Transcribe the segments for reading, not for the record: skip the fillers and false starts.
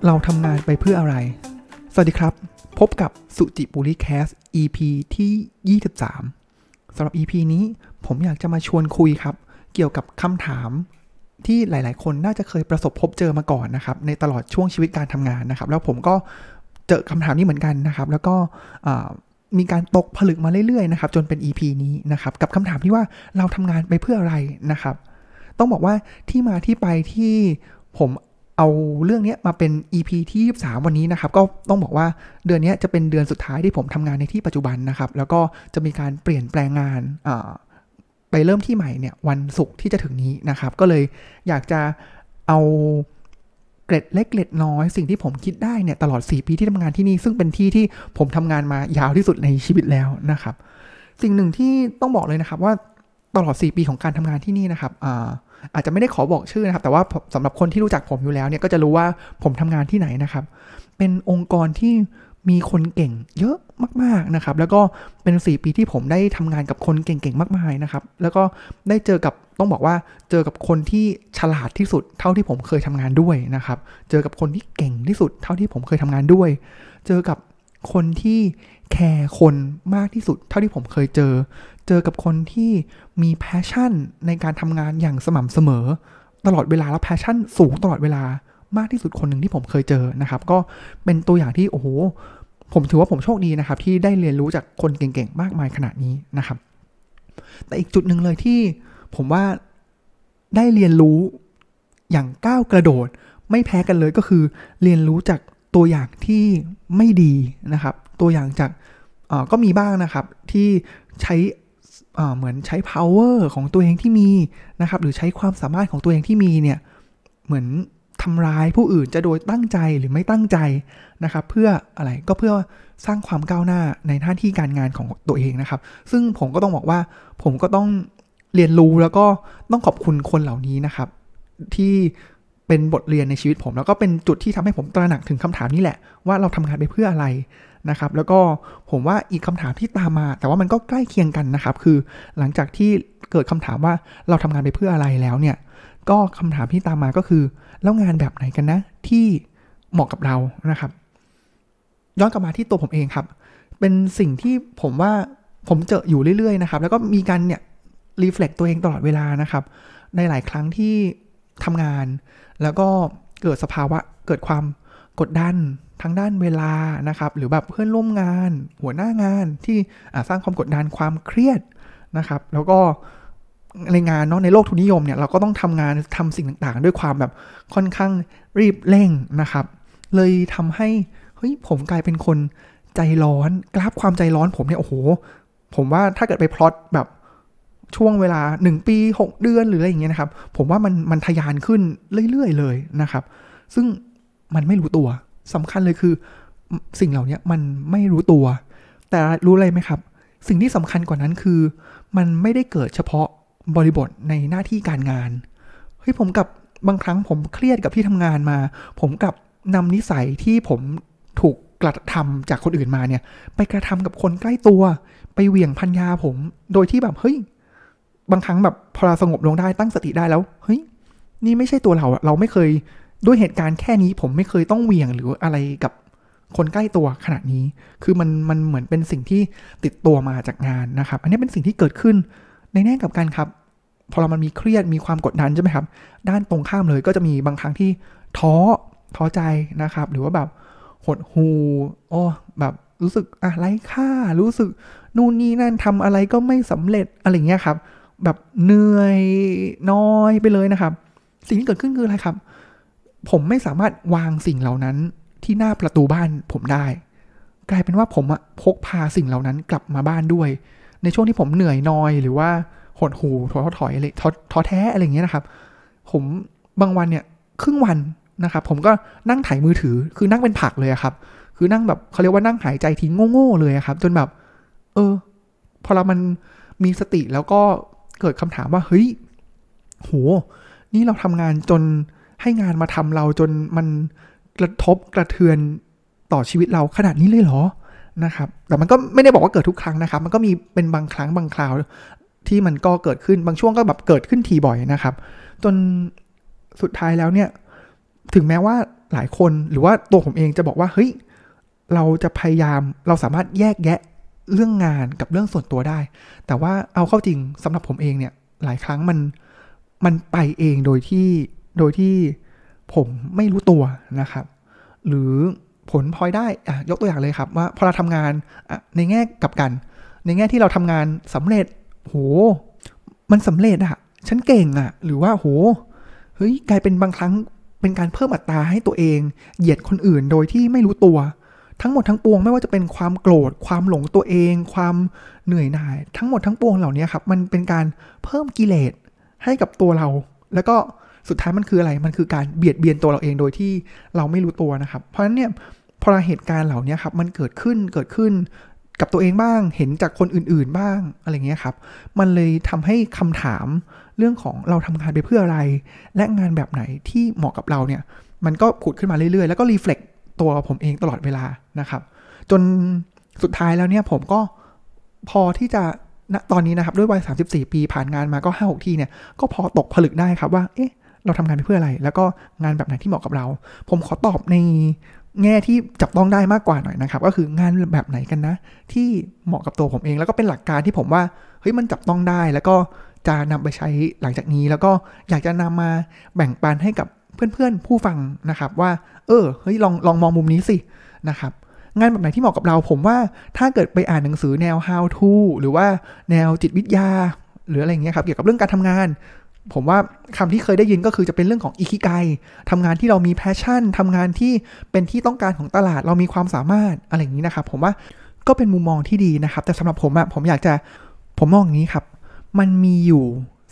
เราทำงานไปเพื่ออะไรสวัสดีครับพบกับสุจิปุริแคส EP ที่23สำหรับ EP นี้ผมอยากจะมาชวนคุยครับเกี่ยวกับคำถามที่หลายๆคนน่าจะเคยประสบพบเจอมาก่อนนะครับในตลอดช่วงชีวิตการทำงานนะครับแล้วผมก็เจอคำถามนี้เหมือนกันนะครับแล้วก็มีการตกผลึกมาเรื่อยๆนะครับจนเป็น EP นี้นะครับกับคำถามที่ว่าเราทำงานไปเพื่ออะไรนะครับต้องบอกว่าที่มาที่ไปที่ผมเอาเรื่องนี้มาเป็น EP ที่23วันนี้นะครับก็ต้องบอกว่าเดือนนี้จะเป็นเดือนสุดท้ายที่ผมทำงานในที่ปัจจุบันนะครับแล้วก็จะมีการเปลี่ยนแปลงงานไปเริ่มที่ใหม่เนี่ยวันศุกร์ที่จะถึงนี้นะครับก็เลยอยากจะเอาเกร็ดเล็กเกร็ดน้อยสิ่งที่ผมคิดได้เนี่ยตลอด4ปีที่ทำงานที่นี่ซึ่งเป็นที่ที่ผมทำงานมายาวที่สุดในชีวิตแล้วนะครับสิ่งหนึ่งที่ต้องบอกเลยนะครับว่าตลอด4ปีของการทำงานที่นี่นะครับอาจจะไม่ได้ขอบอกชื่อนะครับแต่ว่าสำหรับคนที่รู้จักผมอยู่แล้วเนี่ยก็จะรู้ว่าผมทำงานที่ไหนนะครับเป็นองค์กรที่มีคนเก่งเยอะมากๆนะครับแล้วก็เป็น4ปีที่ผมได้ทำงานกับคนเก่งๆมากมายนะครับแล้วก็ได้เจอกับต้องบอกว่าเจอกับคนที่ฉลาดที่สุดเท่าที่ผมเคยทำงานด้วยนะครับเจอกับคนที่เก่งที่สุดเท่าที่ผมเคยทำงานด้วยเจอกับคนที่แคร์คนมากที่สุดเท่าที่ผมเคยเจอกับคนที่มีแพชชั่นในการทำงานอย่างสม่ำเสมอตลอดเวลาแล้วแพชชั่นสูงตลอดเวลามากที่สุดคนหนึ่งที่ผมเคยเจอนะครับก็เป็นตัวอย่างที่โอ้โหผมถือว่าผมโชคดีนะครับที่ได้เรียนรู้จากคนเก่งๆมากมายขนาดนี้นะครับแต่อีกจุดหนึ่งเลยที่ผมว่าได้เรียนรู้อย่างก้าวกระโดดไม่แพ้กันเลยก็คือเรียนรู้จากตัวอย่างที่ไม่ดีนะครับตัวอย่างจากก็มีบ้างนะครับที่ใช้เหมือนใช้ power ของตัวเองที่มีนะครับหรือใช้ความสามารถของตัวเองที่มีเนี่ยเหมือนทำร้ายผู้อื่นจะโดยตั้งใจหรือไม่ตั้งใจนะครับเพื่ออะไรก็เพื่อสร้างความก้าวหน้าในหน้าที่การงานของตัวเองนะครับซึ่งผมก็ต้องบอกว่าผมก็ต้องเรียนรู้แล้วก็ต้องขอบคุณคนเหล่านี้นะครับที่เป็นบทเรียนในชีวิตผมแล้วก็เป็นจุดที่ทำให้ผมตระหนักถึงคำถามนี้แหละว่าเราทำงานไปเพื่ออะไรนะครับแล้วก็ผมว่าอีกคำถามที่ตามมาแต่ว่ามันก็ใกล้เคียงกันนะครับคือหลังจากที่เกิดคำถามว่าเราทำงานไปเพื่ออะไรแล้วเนี่ยก็คำถามที่ตามมาก็คือแล้วงานแบบไหนกันนะที่เหมาะกับเรานะครับย้อนกลับมาที่ตัวผมเองครับเป็นสิ่งที่ผมว่าผมเจออยู่เรื่อยๆนะครับแล้วก็มีการเนี่ยรีเฟล็กตัวเองตลอดเวลานะครับในหลายครั้งที่ทำงานแล้วก็เกิดสภาวะเกิดความกดดันทางด้านเวลานะครับหรือแบบเพื่อนร่วมงานหัวหน้างานที่สร้างความกดดันความเครียดนะครับแล้วก็ในงานเนาะในโลกทุนนิยมเนี่ยเราก็ต้องทำงานทำสิ่งต่างๆด้วยความแบบค่อนข้างรีบเร่งนะครับเลยทำให้เฮ้ยผมกลายเป็นคนใจร้อนกราฟความใจร้อนผมเนี่ยโอ้โหผมว่าถ้าเกิดไปพล็อตแบบช่วงเวลา1ปี6เดือนหรืออะไรอย่างเงี้ยนะครับผมว่ามันทะยานขึ้นเรื่อยๆเลยนะครับซึ่งมันไม่รู้ตัวสำคัญเลยคือสิ่งเหล่านี้มันไม่รู้ตัวแต่รู้อะไรไหมครับสิ่งที่สำคัญกว่านั้นคือมันไม่ได้เกิดเฉพาะบริบทในหน้าที่การงานเฮ้ยผมกับบางครั้งผมเครียดกับที่ทำงานมาผมกับนำนิสัยที่ผมถูกกระทำจากคนอื่นมาเนี่ยไปกระทำกับคนใกล้ตัวไปเหวี่ยงพันยาผมโดยที่แบบเฮ้ยบางครั้งแบบพอเราสงบลงได้ตั้งสติได้แล้วเฮ้ยนี่ไม่ใช่ตัวเราไม่เคยด้วยเหตุการณ์แค่นี้ผมไม่เคยต้องเหวี่ยงหรืออะไรกับคนใกล้ตัวขนาดนี้คือมันเหมือนเป็นสิ่งที่ติดตัวมาจากงานนะครับอันนี้เป็นสิ่งที่เกิดขึ้นในแง่กับกันครับพอมันมีเครียดมีความกดดันใช่ไหมครับด้านตรงข้ามเลยก็จะมีบางครั้งที่ท้อใจนะครับหรือว่าแบบหดหู่แบบรู้สึกไร้ค่ารู้สึกนู่นนี่นั่นทำอะไรก็ไม่สำเร็จอะไรเงี้ยครับแบบเหนื่อยน้อยไปเลยนะครับสิ่งที่เกิดขึ้นคืออะไรครับผมไม่สามารถวางสิ่งเหล่านั้นที่หน้าประตูบ้านผมได้กลายเป็นว่าผมพกพาสิ่งเหล่านั้นกลับมาบ้านด้วยในช่วงที่ผมเหนื่อยน้อยหรือว่าหดหู่ท้อแท้อะไรอย่างเงี้ยนะครับผมบางวันเนี่ยครึ่งวันนะครับผมก็นั่งถ่ายมือถือคือนั่งเป็นผักเลยครับคือนั่งแบบเขาเรียกว่านั่งหายใจทิ้งโง่ๆเลยครับจนแบบพอมันมีสติแล้วก็เกิดคำถามว่าเฮ้ยโหนี่เราทำงานจนให้งานมาทำเราจนมันกระทบกระเทือนต่อชีวิตเราขนาดนี้เลยเหรอนะครับแต่มันก็ไม่ได้บอกว่าเกิดทุกครั้งนะครับมันก็มีเป็นบางครั้งบางคราวที่มันก็เกิดขึ้นบางช่วงก็แบบเกิดขึ้นทีบ่อยนะครับจนสุดท้ายแล้วเนี่ยถึงแม้ว่าหลายคนหรือว่าตัวผมเองจะบอกว่าเฮ้ยเราจะพยายามเราสามารถแยกแยะเรื่องงานกับเรื่องส่วนตัวได้แต่ว่าเอาเข้าจริงสำหรับผมเองเนี่ยหลายครั้งมันไปเองโดยที่ผมไม่รู้ตัวนะครับหรือผลพลอยได้ยกตัวอย่างเลยครับว่าพอเราทำงานในแง่กลับกันในแง่ที่เราทำงานสำเร็จโหมันสำเร็จฉันเก่งหรือว่าโหเฮ้ยกลายเป็นบางครั้งเป็นการเพิ่มอัตราให้ตัวเองเหยียดคนอื่นโดยที่ไม่รู้ตัวทั้งหมดทั้งปวงไม่ว่าจะเป็นความโกรธความหลงตัวเองความเหนื่อยหน่ายทั้งหมดทั้งปวงเหล่านี้ครับมันเป็นการเพิ่มกิเลสให้กับตัวเราแล้วก็สุดท้ายมันคืออะไรมันคือการเบียดเบียนตัวเราเองโดยที่เราไม่รู้ตัวนะครับเพราะฉะนั้นเนี่ยพอเหตุการณ์เหล่านี้ครับมันเกิดขึ้นกับตัวเองบ้างเห็นจากคนอื่นๆบ้างอะไรเงี้ยครับมันเลยทำให้คำถามเรื่องของเราทำงานไปเพื่ออะไรและงานแบบไหนที่เหมาะกับเราเนี่ยมันก็ผุดขึ้นมาเรื่อยๆแล้วก็รีเฟล็กตัวผมเองตลอดเวลานะครับจนสุดท้ายแล้วเนี่ยผมก็พอที่จะณตอนนี้นะครับด้วยวัย34ปีผ่านงานมาก็ 5-6 ที่เนี่ยก็พอตกผลึกได้ครับว่าเอ๊ะเราทำงานไปเพื่ออะไรแล้วก็งานแบบไหนที่เหมาะกับเราผมขอตอบในแง่ที่จับต้องได้มากกว่าหน่อยนะครับก็คืองานแบบไหนกันนะที่เหมาะกับตัวผมเองแล้วก็เป็นหลักการที่ผมว่าเฮ้ยมันจับต้องได้แล้วก็จะนำไปใช้หลังจากนี้แล้วก็อยากจะนำมาแบ่งปันให้กับเพื่อนๆผู้ฟังนะครับว่าเฮ้ยลองมองมุมนี้สินะครับงานแบบไหนที่เหมาะกับเราผมว่าถ้าเกิดไปอ่านหนังสือแนว how to หรือว่าแนวจิตวิทยาหรืออะไรอย่างเงี้ยครับเกี่ยวกับเรื่องการทำงานผมว่าคำที่เคยได้ยินก็คือจะเป็นเรื่องของอิคิไกทำงานที่เรามีแพชชั่นทำงานที่เป็นที่ต้องการของตลาดเรามีความสามารถอะไรอย่างนี้นะครับผมว่าก็เป็นมุมมองที่ดีนะครับแต่สำหรับผมผมมองอย่างนี้ครับมันมีอยู่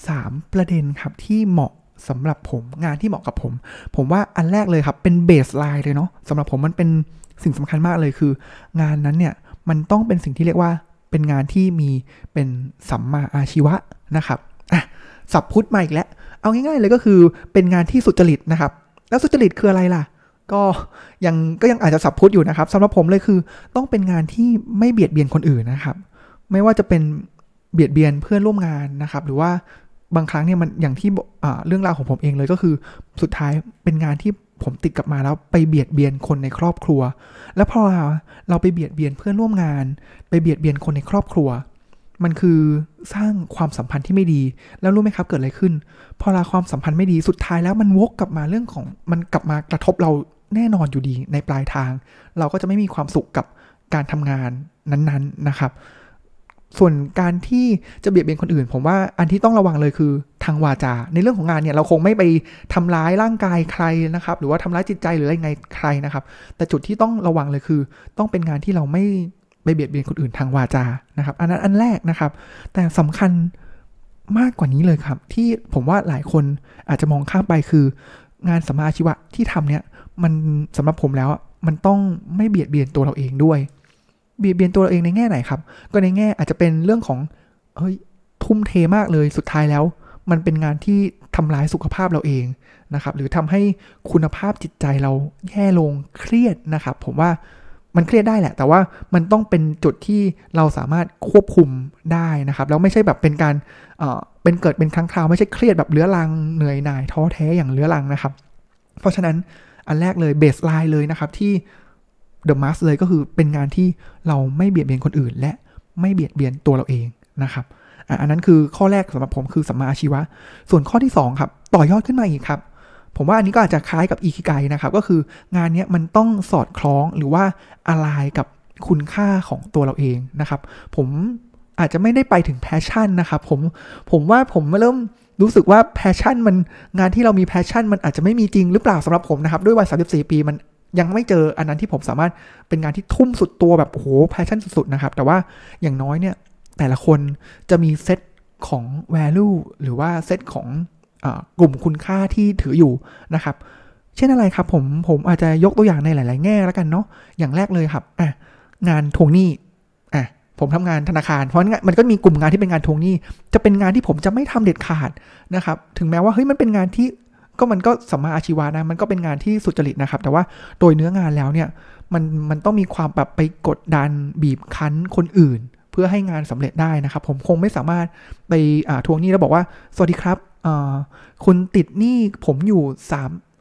3ประเด็นครับที่เหมาะสำหรับผมงานที่เหมาะกับผมว่าอันแรกเลยครับเป็นเบสไลน์เลยเนาะสำหรับผมมันเป็นสิ่งสำคัญมากเลยคืองานนั้นเนี่ยมันต้องเป็นสิ่งที่เรียกว่าเป็นงานที่มีเป็นสัมมาอาชีวะนะครับสับพุทธมาอีกแล้วเอาง่ายๆเลยก็คือเป็นงานที่สุจริตนะครับแล้วสุจริตคืออะไรล่ะก็ยังอาจจะสับพุทธอยู่นะครับสำหรับผมเลยคือต้องเป็นงานที่ไม่เบียดเบียนคนอื่นนะครับไม่ว่าจะเป็นเบียดเบียนเพื่อนร่วมงานนะครับหรือว่าบางครั้งเนี่ยมันอย่างที่เรื่องราวของผมเองเลยก็คือสุดท้ายเป็นงานที่ผมติดกลับมาแล้วไปเบียดเบียนคนในครอบครัวแล้วพอเราไปเบียดเบียนเพื่อนร่วมงานไปเบียดเบียนคนในครอบครัวมันคือสร้างความสัมพันธ์ที่ไม่ดีแล้วรู้ไหมครับเกิดอะไรขึ้นพอความสัมพันธ์ไม่ดีสุดท้ายแล้วมันวกกลับมาเรื่องของมันกลับมากระทบเราแน่นอนอยู่ดีในปลายทางเราก็จะไม่มีความสุขกับการทำงานนั้นๆนะครับส่วนการที่จะเบียดเบียนคนอื่นผมว่าอันที่ต้องระวังเลยคือทางวาจาในเรื่องของงานเนี่ยเราคงไม่ไปทำร้ายร่างกายใครนะครับหรือว่าทำร้ายจิตใจหรืออะไรไงใครนะครับแต่จุดที่ต้องระวังเลยคือต้องเป็นงานที่เราไม่ไปเบียดเบียนคนอื่นทางวาจานะครับอันนั้นอันแรกนะครับแต่สำคัญมากกว่านี้เลยครับที่ผมว่าหลายคนอาจจะมองข้ามไปคืองานสัมมาอาชีวะที่ทำเนี่ยมันสำหรับผมแล้วมันต้องไม่เบียดเบียนตัวเราเองด้วยเบียดเบียนตัวเราเองในแง่ไหนครับก็ในแง่อาจจะเป็นเรื่องของเฮ้ยทุ่มเทมากเลยสุดท้ายแล้วมันเป็นงานที่ทำร้ายสุขภาพเราเองนะครับหรือทำให้คุณภาพจิตใจเราแย่ลงเครียดนะครับผมว่ามันเครียดได้แหละแต่ว่ามันต้องเป็นจุดที่เราสามารถควบคุมได้นะครับแล้วไม่ใช่แบบเป็นการเป็นเกิดเป็นครั้งคราวไม่ใช่เครียดแบบเรื้อรังเหนื่อยหน่ายท้อแท้อย่างเรื้อรังนะครับเพราะฉะนั้นอันแรกเลยเบสไลน์เลยนะครับที่The Must เลยก็คือเป็นงานที่เราไม่เบียดเบียนคนอื่นและไม่เบียดเบียนตัวเราเองนะครับอันนั้นคือข้อแรกสำหรับผมคือสัมมาอาชีวะส่วนข้อที่2ครับต่อยอดขึ้นมาอีกครับผมว่าอันนี้ก็อาจจะคล้ายกับอิคิไกนะครับก็คืองานนี้มันต้องสอดคล้องหรือว่าอะไรกับคุณค่าของตัวเราเองนะครับผมอาจจะไม่ได้ไปถึงแพชชั่นนะครับผมว่าผมเริ่มรู้สึกว่าแพชชั่นมันงานที่เรามีแพชชั่นมันอาจจะไม่มีจริงหรือเปล่าสำหรับผมนะครับด้วยวัย34ปีมันยังไม่เจออันนั้นที่ผมสามารถเป็นงานที่ทุ่มสุดตัวแบบโอ้โหแพชชั่นสุดๆนะครับแต่ว่าอย่างน้อยเนี่ยแต่ละคนจะมีเซตของ value หรือว่าเซตของกลุ่มคุณค่าที่ถืออยู่นะครับเช่นอะไรครับผมอาจจะยกตัวอย่างในหลายๆแง่แล้วกันเนาะอย่างแรกเลยครับงานทวงหนี้ผมทำงานธนาคารเพราะมันก็มีกลุ่มงานที่เป็นงานทวงหนี้จะเป็นงานที่ผมจะไม่ทำเด็ดขาดนะครับถึงแม้ว่าเฮ้ยมันเป็นงานที่มันก็สัมมาอาชีวะนะมันก็เป็นงานที่สุจริตนะครับแต่ว่าโดยเนื้องานแล้วเนี่ยมันต้องมีความแบบไปกดดันบีบคั้นคนอื่นเพื่อให้งานสำเร็จได้นะครับผมคงไม่สามารถไปทวงหนี้แล้วบอกว่าสวัสดีครับคุณติดหนี้ผมอยู่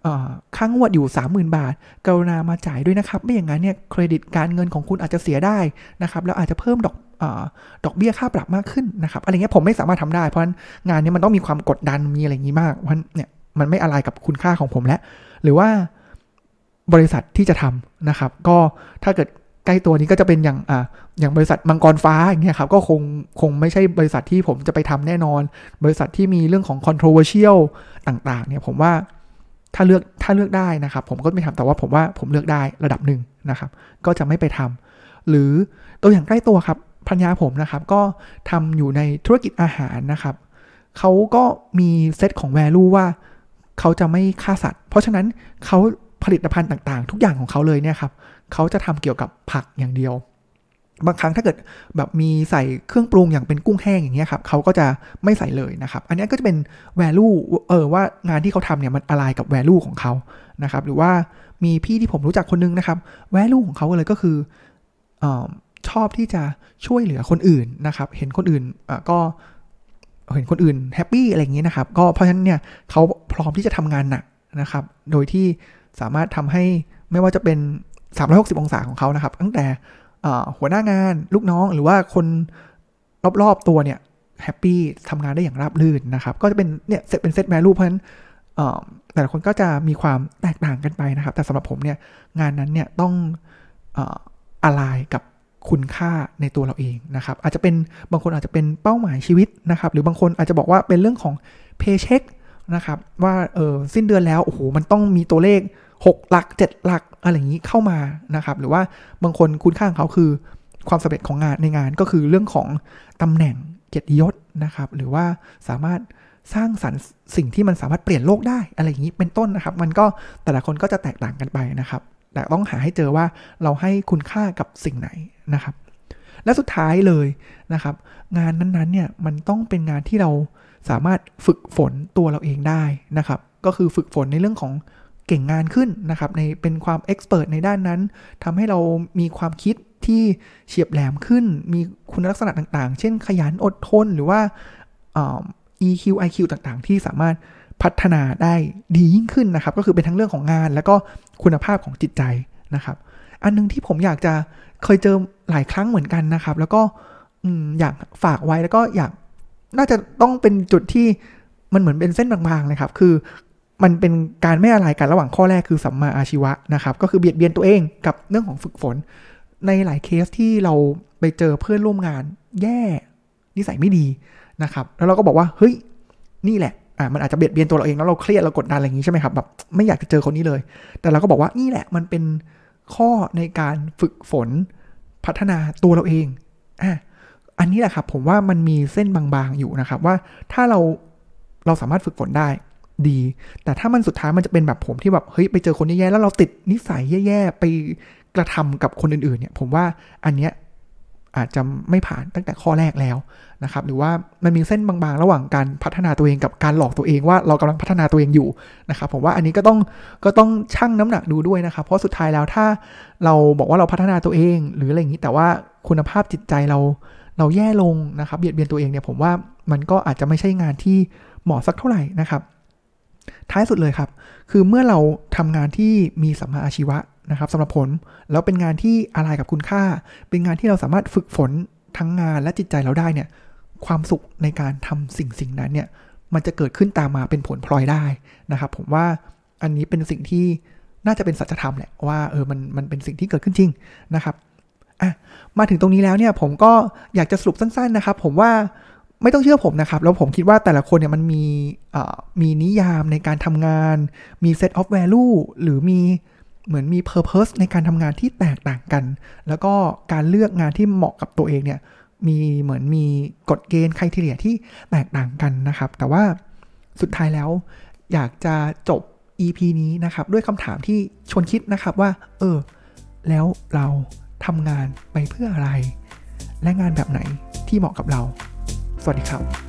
ค่างวดอยู่ 30,000 บาทกรุณามาจ่ายด้วยนะครับไม่อย่างนั้นเนี่ยเครดิตการเงินของคุณอาจจะเสียได้นะครับแล้วอาจจะเพิ่มดอกเบี้ยค่าปรับมากขึ้นนะครับอะไรเงี้ยผมไม่สามารถทำได้เพราะฉะนั้นงานนี้มันต้องมีความกดดันมีอะไรอย่างนี้มากเพราะฉะนั้นเนี่ยมันไม่อะไรกับคุณค่าของผมแล้วหรือว่าบริษัทที่จะทำนะครับก็ถ้าเกิดใกล้ตัวนี้ก็จะเป็นอย่างบริษัทมังกรฟ้าอย่างเงี้ยครับก็คงไม่ใช่บริษัทที่ผมจะไปทำแน่นอนบริษัทที่มีเรื่องของ controversial ต่างๆเนี่ยผมว่าถ้าเลือกได้นะครับผมก็ไม่ทำแต่ว่าผมว่าผมเลือกได้ระดับหนึ่งนะครับก็จะไม่ไปทำหรือตัวอย่างใกล้ตัวครับภรรยาผมนะครับก็ทำอยู่ในธุรกิจอาหารนะครับเขาก็มีเซตของ value ว่าเขาจะไม่ฆ่าสัตว์เพราะฉะนั้นเขาผลิตภัณฑ์ต่างๆทุกอย่างของเขาเลยเนี่ยครับเขาจะทำเกี่ยวกับผักอย่างเดียวบางครั้งถ้าเกิดแบบมีใส่เครื่องปรุงอย่างเป็นกุ้งแห้งอย่างเงี้ยครับเขาก็จะไม่ใส่เลยนะครับอันนี้ก็จะเป็น value ว่างานที่เขาทำเนี่ยมันอะไรกับ value ของเขานะครับหรือว่ามีพี่ที่ผมรู้จักคนนึงนะครับ value ของเขาเลยก็คือชอบที่จะช่วยเหลือคนอื่นนะครับเห็นคนอื่นก็เห็นคนอื่นแฮปปี้อะไรอย่างเงี้ยนะครับก็เพราะฉะนั้นเนี่ยเขาพร้อมที่จะทำงานหนักนะครับโดยที่สามารถทำให้ไม่ว่าจะเป็น360องศาของเขานะครับตั้งแต่หัวหน้างานลูกน้องหรือว่าคนรอบๆตัวเนี่ยแฮปปี้ทำงานได้อย่างราบรื่นนะครับก็จะเป็นเนี่ยเป็นเซตแวลูเพราะฉะนั้นแต่ละคนก็จะมีความแตกต่างกันไปนะครับแต่สำหรับผมเนี่ยงานนั้นเนี่ยต้องอะไรกับคุณค่าในตัวเราเองนะครับอาจจะเป็นบางคนอาจจะเป็นเป้าหมายชีวิตนะครับหรือบางคนอาจจะบอกว่าเป็นเรื่องของเพย์เช็คนะครับว่าสิ้นเดือนแล้วโอ้โหมันต้องมีตัวเลข6 หลัก 7 หลักอะไรอย่างนี้เข้ามานะครับหรือว่าบางคนคุณค่าของเขาคือความสำเร็จของงานในงานก็คือเรื่องของตำแหน่งเกียรติยศนะครับหรือว่าสามารถสร้างสรรค์สิ่งที่มันสามารถเปลี่ยนโลกได้อะไรอย่างนี้เป็นต้นนะครับมันก็แต่ละคนก็จะแตกต่างกันไปนะครับแต่ต้องหาให้เจอว่าเราให้คุณค่ากับสิ่งไหนนะครับและสุดท้ายเลยนะครับงานนั้นๆเนี่ยมันต้องเป็นงานที่เราสามารถฝึกฝนตัวเราเองได้นะครับก็คือฝึกฝนในเรื่องของเก่งงานขึ้นนะครับในเป็นความเอ็กซ์เพิร์ทในด้านนั้นทำให้เรามีความคิดที่เฉียบแหลมขึ้นมีคุณลักษณะต่างๆเช่นขยันอดทนหรือว่าEQ IQ ต่างๆที่สามารถพัฒนาได้ดียิ่งขึ้นนะครับก็คือเป็นทั้งเรื่องของงานแล้วก็คุณภาพของจิตใจนะครับอันนึงที่ผมอยากจะเคยเจอหลายครั้งเหมือนกันนะครับแล้วก็อยากฝากไว้แล้วก็อยากน่าจะต้องเป็นจุดที่มันเหมือนเป็นเส้นบางๆเลยครับคือมันเป็นการไม่อะไรกันระหว่างข้อแรกคือสัมมาอาชีวะนะครับก็คือเบียดเบียนตัวเองกับเรื่องของฝึกฝนในหลายเคสที่เราไปเจอเพื่อนร่วมงานแย่นิสัยไม่ดีนะครับแล้วเราก็บอกว่าเฮ้ยนี่แหละมันอาจจะเบียดเบียนตัวเราเองแล้วเราเครียดเรากดดันอะไรอย่างนี้ใช่ไหมครับแบบไม่อยากจะเจอคนนี้เลยแต่เราก็บอกว่านี่แหละมันเป็นข้อในการฝึกฝนพัฒนาตัวเราเองอันนี้แหละครับผมว่ามันมีเส้นบางๆอยู่นะครับว่าถ้าเราสามารถฝึกฝนได้ดีแต่ถ้ามันสุดท้ายมันจะเป็นแบบผมที่แบบเฮ้ยไปเจอคนแย่ๆแล้วเราติดนิสัยแย่ๆไปกระทำกับคนอื่นๆเนี่ยผมว่าอันเนี้ยอาจจะไม่ผ่านตั้งแต่ข้อแรกแล้วนะครับหรือว่ามันมีเส้นบางๆระหว่างการพัฒนาตัวเองกับการหลอกตัวเองว่าเรากำลังพัฒนาตัวเองอยู่นะครับผมว่าอันนี้ก็ต้องชั่งน้ำหนักดูด้วยนะครับเพราะสุดท้ายแล้วถ้าเราบอกว่าเราพัฒนาตัวเองหรืออะไรอย่างนี้แต่ว่าคุณภาพจิตใจเราแย่ลงนะครับเบียดเบียนตัวเองเนี่ยผมว่ามันก็อาจจะไม่ใช่งานที่เหมาะสักเท่าไหร่นะครับท้ายสุดเลยครับคือเมื่อเราทำงานที่มีสัมมาอาชีวะนะครับสำหรับผมแล้วเป็นงานที่อะไรกับคุณค่าเป็นงานที่เราสามารถฝึกฝนทั้งงานและจิตใจเราได้เนี่ยความสุขในการทำสิ่งนั้นเนี่ยมันจะเกิดขึ้นตามมาเป็นผลพลอยได้นะครับผมว่าอันนี้เป็นสิ่งที่น่าจะเป็นสัจธรรมแหละว่ามันเป็นสิ่งที่เกิดขึ้นจริงนะครับมาถึงตรงนี้แล้วเนี่ยผมก็อยากจะสรุปสั้นๆนะครับผมว่าไม่ต้องเชื่อผมนะครับแล้วผมคิดว่าแต่ละคนเนี่ยมันมีนิยามในการทำงานมี set of value หรือมีเหมือนมี purpose ในการทำงานที่แตกต่างกันแล้วก็การเลือกงานที่เหมาะกับตัวเองเนี่ยมีกฎเกณฑ์ไครทีเรียที่แตกต่างกันนะครับแต่ว่าสุดท้ายแล้วอยากจะจบ EP นี้นะครับด้วยคำถามที่ชวนคิดนะครับว่าแล้วเราทำงานไปเพื่ออะไรและงานแบบไหนที่เหมาะกับเราสวัสดีครับ